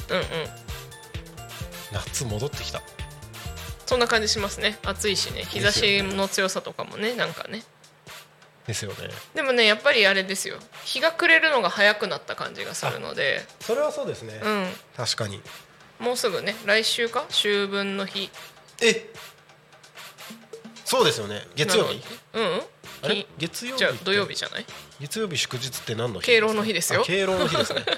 夏戻ってきた。 そんな感じしますね。暑いしね、日差しの強さとかもね、なんかね。 ですよね。 でもね、やっぱりあれですよ、日が暮れるのが早くなった感じがするので。 それはそうですね、確かに。もうすぐね、来週か、秋分の日。 そうですよね。月曜日？あれ月曜日？ じゃあ土曜日じゃない？ 月曜日祝日って何の日？ 敬老の日ですよ。 敬老の日ですね。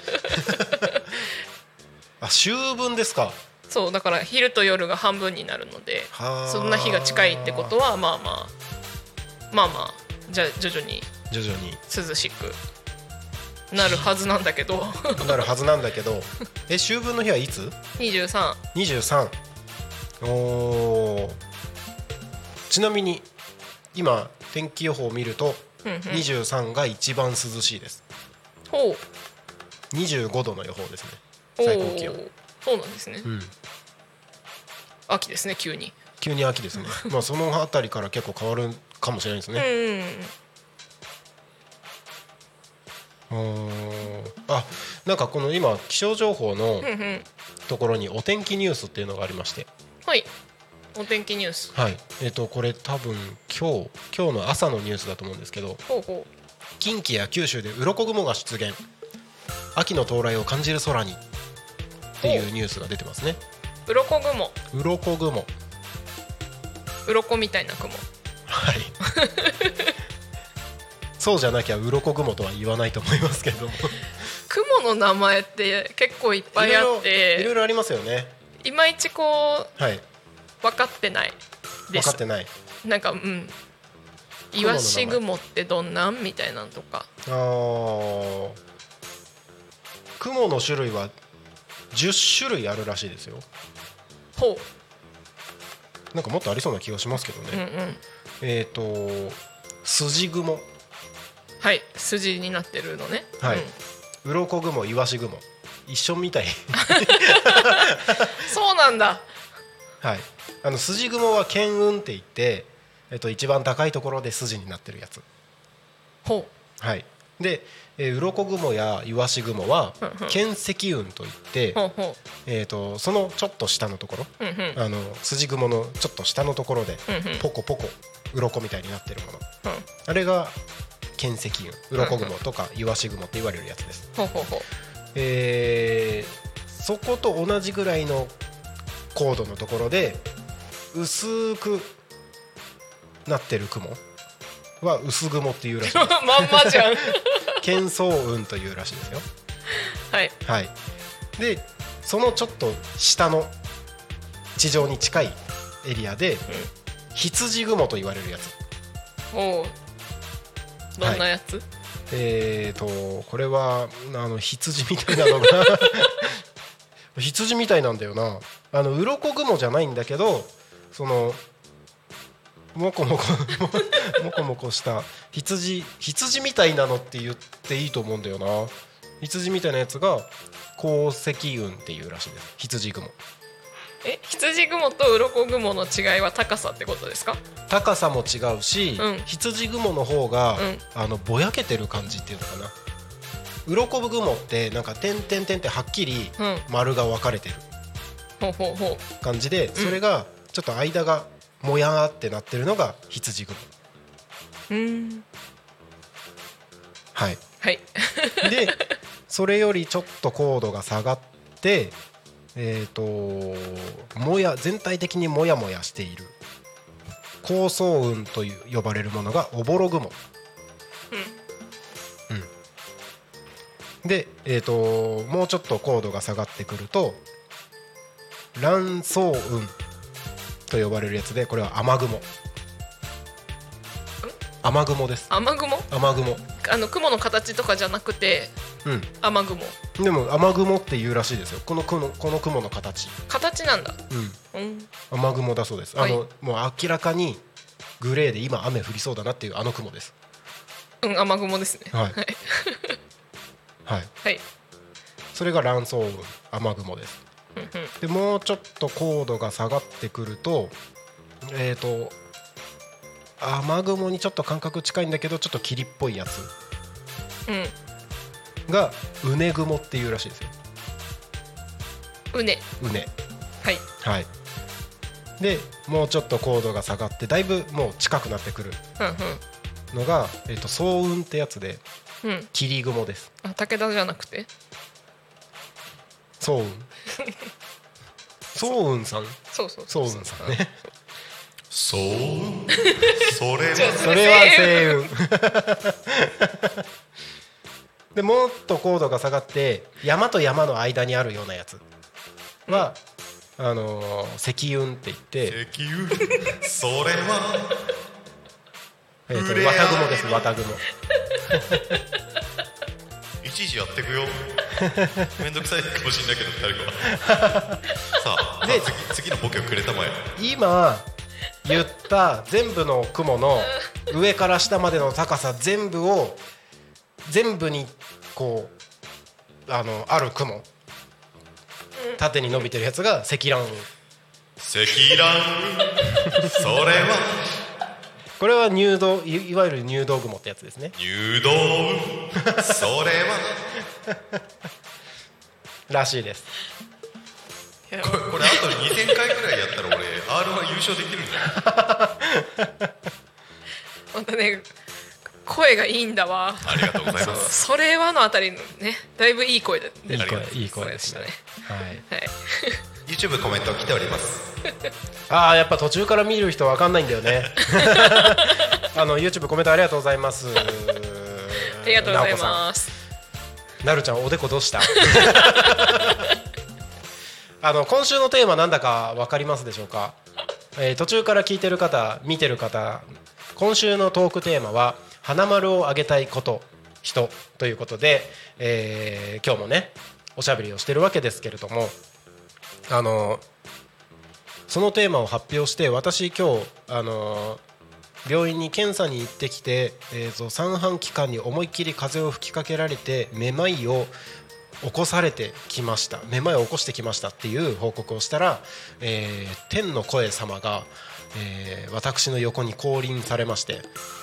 あ、秋分ですか。 そうだから昼と夜が半分になるので、そんな日が近いってことはまあじゃあ徐々に涼しくなるはずなんだけどなるはずなんだけど秋分の日はいつ？ 23。ちなみに今天気予報を見ると23が一番涼しいです。 ほう。 25度の予報ですね。最高気温。 そうなんですね。秋ですね。急に秋ですね。まあそのあたりから結構変わるかもしれないですね。あ、なんかこの今気象情報のところにお天気ニュースっていうのがありまして。 はい。お天気ニュース。 はい。これ多分今日の朝のニュースだと思うんですけど。近畿や九州で鱗雲が出現。秋の到来を感じる空にっていうニュースが出てますね。 鱗雲。鱗みたいな雲。 はい。そうじゃなきゃ鱗雲とは言わないと思いますけど。 雲の名前って結構いっぱいあって、 いろいろありますよね。 いまいちこう、 はい、 分かってないです。 分かってない。 なんかイワシ雲ってどんなんみたいなんとか。 雲の種類は10種類あるらしいですよ。 ほう。 なんかもっとありそうな気がしますけどね。筋雲。 はい、筋になってるのね。 はい。鱗雲、イワシ雲、一緒みたい。 そうなんだ。 はい。筋雲は巻雲って言って、一番高いところで筋になってるやつ。 ほう。はい。で、鱗雲やイワシ雲は巻積雲といって、そのちょっと下のところ、筋雲のちょっと下のところでポコポコ鱗みたいになってるもの、あれが巻積雲、鱗雲とかイワシ雲って言われるやつです。そこと同じぐらいの高度のところで薄くなってる雲は薄雲っていうらしいです。 まんまじゃん。 巻層雲というらしいですよ。 はい、 はい、でそのちょっと下の地上に近いエリアで、羊雲と言われるやつ。 おどんなやつ？ これは羊みたいなのが羊みたいなんだよな。鱗雲じゃないんだけど、そのもこもこした羊みたいなのって言っていいと思うんだよな。羊みたいなやつが高積雲っていうらしいです。羊雲。 羊雲と鱗雲の違いは高さってことですか？ 高さも違うし、羊雲の方が、ぼやけてる感じっていうのかな。鱗雲ってなんか点々点ってはっきり丸が分かれてる感じで、それがちょっと間がもやーってなってるのが羊雲。はい、 はい、 でそれよりちょっと高度が下がって、全体的にもやもやしている高層雲と呼ばれるものがおぼろ雲。で、もうちょっと高度が下がってくると卵巣雲と呼ばれるやつで、これは雨雲。雨雲です。 雨雲？ 雨雲。 雲の形とかじゃなくて、雨雲。 でも雨雲っていうらしいですよ。この雲の形なんだ。 雨雲だそうです。もう明らかにグレーで今雨降りそうだなっていう雲です。 雨雲ですね。 はいはい、それが卵巣雲、雨雲です。でもうちょっと高度が下がってくると、雨雲にちょっと感覚近いんだけどちょっと霧っぽいやつがうね雲っていうらしいですよ。 うね。はいはい。でもうちょっと高度が下がってだいぶもう近くなってくるのが、層雲ってやつで、霧雲です。 武田じゃなくて層雲さん。 そう層雲さんね。 それはそれは星雲でもっと高度が下がって山と山の間にあるようなやつは、積雲って言って石油それは綿雲です。綿雲いちいちやってくよめんどくさいかもしれないけど2人はさあで次のボケをくれたまえ。 今言った全部の雲の上から下までの高さ全部にこうある雲縦に伸びてるやつが積乱雲。 積乱雲それはこれは入道 いわゆる入道雲ってやつですね。 入道雲それはらしいです。 これあと2000回くらいやったら俺 R1 優勝できるんじゃない本当ね声がいいんだわ。 ありがとうございます。 それはのあたりのねだいぶいい声でいい声でしたね。 はい。 YouTube コメント来ております。 やっぱ途中から見る人わかんないんだよねYouTube コメントありがとうございます。 ありがとうございます。 なるちゃんおでこどうした今週のテーマなんだか分かりますでしょうか。途中から聞いてる方見てる方、今週のトークテーマは花丸をあげたいこと人ということで、今日もねおしゃべりをしてるわけですけれども、そのテーマを発表して私今日病院に検査に行ってきて、三半規管に思いっきり風を吹きかけられてめまいを起こされてきました、めまいを起こしてきましたっていう報告をしたら、天の声様が、私の横に降臨されまして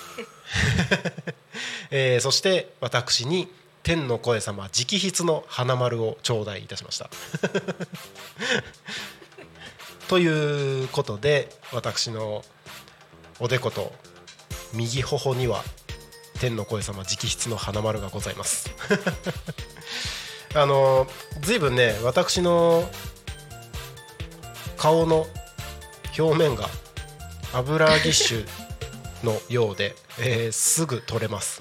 そして私に天の声様直筆の花丸を頂戴いたしましたということで私のおでこと右頬には天の声様直筆の花丸がございますずいぶんね私の顔の表面が油ぎっしゅのようで、すぐ取れます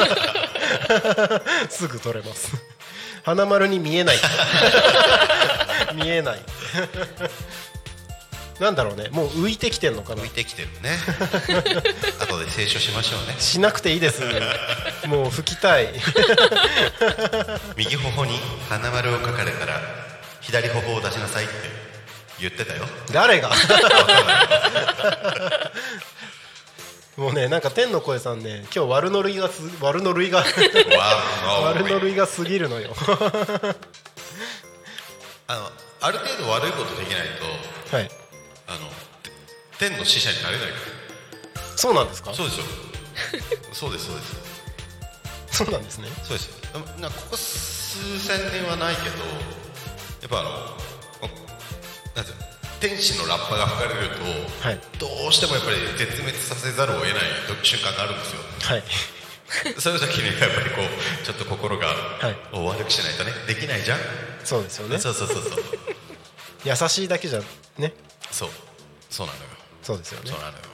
すぐ取れます花丸に見えない見えないなんだろうね、もう浮いてきてんのかな。 浮いてきてるね後で清書しましょうね。 しなくていいですもう拭きたい右頬に花丸を書かれたら左頬を出しなさいって言ってたよ。 誰がもうね、なんか天の声さんね、今日悪ノリが過ぎるのよある程度悪いことできないと、 はい、 天の使者になれないから。 そうなんですか。 そうですよそうですそうなんですね。 そうです。ここ数千年はないけど、やっぱなんていうの、天使のラッパが吹かれると、 はい、 どうしてもやっぱり絶滅させざるを得ない瞬間があるんですよ。 はいそういう時にやっぱりこうちょっと心が、悪くしないとねできないじゃん。 そうですよね。 そう優しいだけじゃね。 そうなのよ。 そうですよね。 そうなのよ、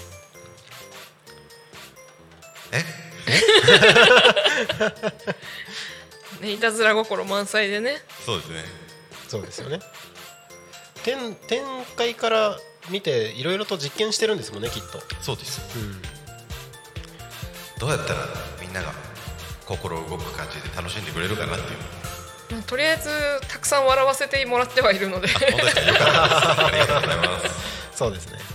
ね、いたずら心満載でね。 そうですね。 そうですよね。展開から見ていろいろと実験してるんですもんね、きっと。 そうです、どうやったらみんなが心動く感じで楽しんでくれるかなっていう。 とりあえずたくさん笑わせてもらってはいるので。 本当ですか。よかったです。ありがとうございます。 そうですね。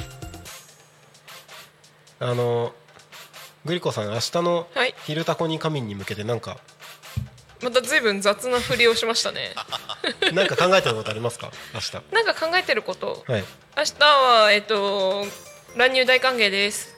グリコさん、明日の昼タコに仮眠に向けてなんか、 また随分雑なふりをしましたねなんか考えてることありますか。明日なんか考えてること、 はい、 明日は乱入大歓迎です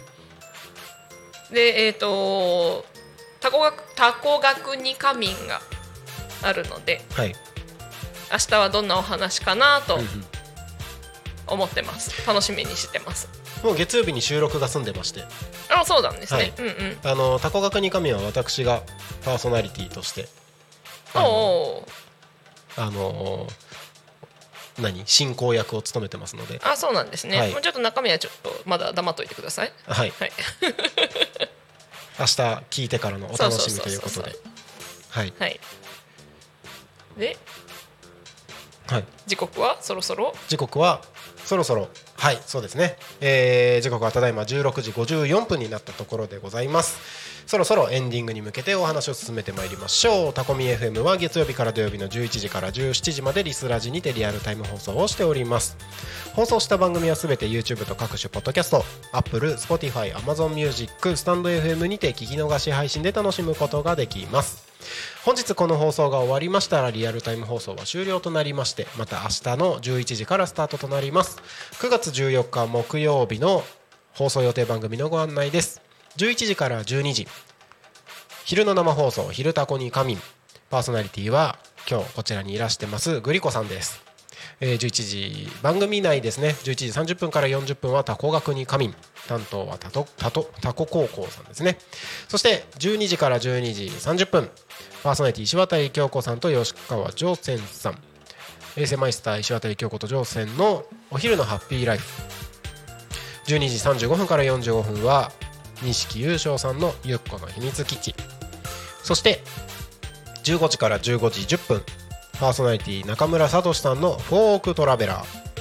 でタコ学に仮眠があるので、 はい、 明日はどんなお話かなと思ってます。楽しみにしてます。 もう月曜日に収録が済んでまして。 そうなんですね、 タコ学に神は私がパーソナリティとして進行役を務めてますので。 あ、そうなんですね、 はい、 もうちょっと中身はちょっとまだ黙っといてください。 はい、 はい、 明日聞いてからのお楽しみということで、はい、 はい、で、 はい、 時刻はそろそろはいそうですね、時刻はただいま16時54分になったところでございます。そろそろエンディングに向けてお話を進めてまいりましょう。タコミ FM は月曜日から土曜日の11時から17時までリスラジにてリアルタイム放送をしております。放送した番組はすべて YouTube と各種ポッドキャスト、 Apple、Spotify、Amazon Music、スタンド FM にて聞き逃し配信で楽しむことができます。本日この放送が終わりましたらリアルタイム放送は終了となりまして、また明日の11時からスタートとなります。9月14日木曜日の放送予定番組のご案内です。11時から12時昼の生放送、昼タコに仮眠。パーソナリティは今日こちらにいらしてますグリコさんです。11時番組内ですね、11時30分から40分はタコ学に仮眠、担当はタコ高校さんですね。そして12時から12時30分パーソナリティ石渡京子さんと吉川上泉さん、衛生マイスター石渡京子と上泉のお昼のハッピーライフ。12時35分から45分は錦優勝さんのゆっこの秘密基地。そして15時から15時10分パーソナリティ中村聡さんのフォークトラベラ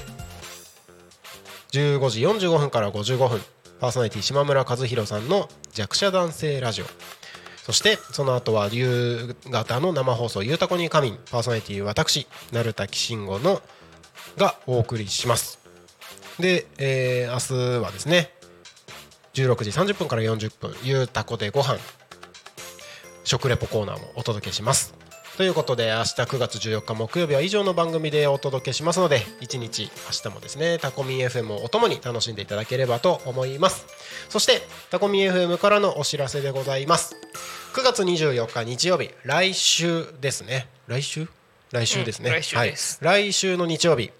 ー。15時45分から55分パーソナリティ島村和弘さんの弱者男性ラジオ。そしてその後は夕方の生放送ゆうたこに仮眠。パーソナリティ私鳴滝慎吾のがお送りします。で、明日はですね16時30分から40分ゆうたこでご飯食レポコーナーもお届けします。ということで明日9月14日木曜日は以上の番組でお届けしますので、一日明日もですねタコミ FM をお供に楽しんでいただければと思います。そしてタコミ FM からのお知らせでございます。9月24日日曜日、来週ですね。来週ですね、 来週です、 はい、来週の日曜日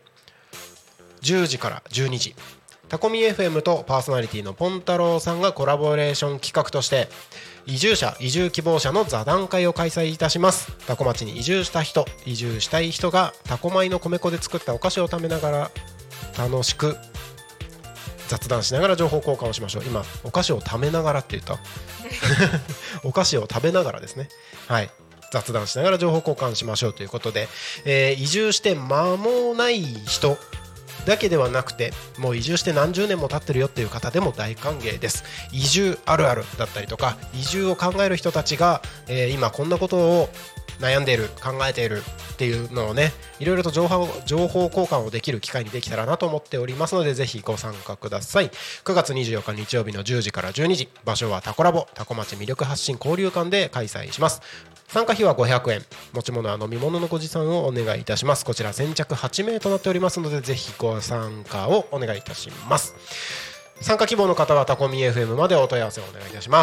10時から12時タコミ FM とパーソナリティのポンタロウさんがコラボレーション企画として移住希望者の座談会を開催いたします。タコ町に移住した人、移住したい人がタコ米の米粉で作ったお菓子を食べながら楽しく雑談しながら情報交換をしましょう。今お菓子を食べながらって言ったお菓子を食べながらですね、はい、雑談しながら情報交換しましょうということで、移住して間もない人だけではなくてもう移住して何十年も経ってるよっていう方でも大歓迎です。移住あるあるだったりとか移住を考える人たちが、今こんなことを悩んでいる考えているっていうのをねいろいろと情報交換をできる機会にできたらなと思っておりますのでぜひご参加ください。9月24日日曜日の10時から12時場所はタコラボタコ町魅力発信交流館で開催します。参加費は500円、持ち物は飲み物のご持参をお願いいたします。こちら先着8名となっておりますのでぜひご参加をお願いいたします。参加希望の方はタコミ FM までお問い合わせをお願いいたします。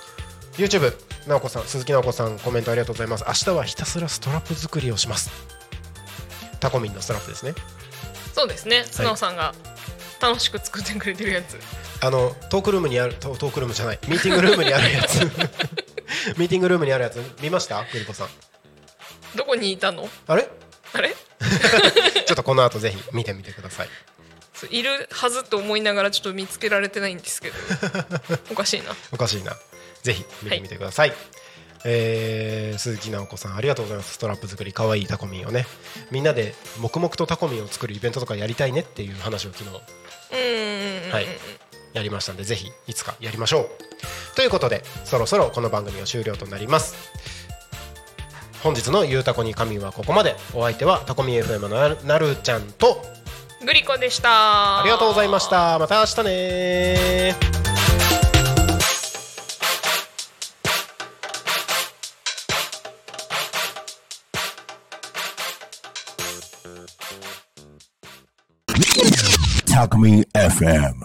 YouTube 直子さん、鈴木直子さんコメントありがとうございます。明日はひたすらストラップ作りをします。タコミンのストラップですね。 そうですね、素直さんが楽しく作ってくれてるやつ、 トークルームにあるトークルームじゃないミーティングルームにあるやつミーティングルームにあるやつ見ましたグリコさん。 どこにいたのあれちょっとこの後ぜひ見てみてください。 いるはずと思いながらちょっと見つけられてないんですけどおかしいなぜひ見てみてください、鈴木直子さんありがとうございます。ストラップ作りかわいいタコミンをねみんなで黙々とタコミンを作るイベントとかやりたいねっていう話を昨日はいやりましたんでぜひいつかやりましょうということでそろそろこの番組は終了となります。本日のゆうたこに仮眠はここまで。お相手はタコミ FM のなるちゃんとグリコでした。 ありがとうございました。また明日ね。 タコミ FM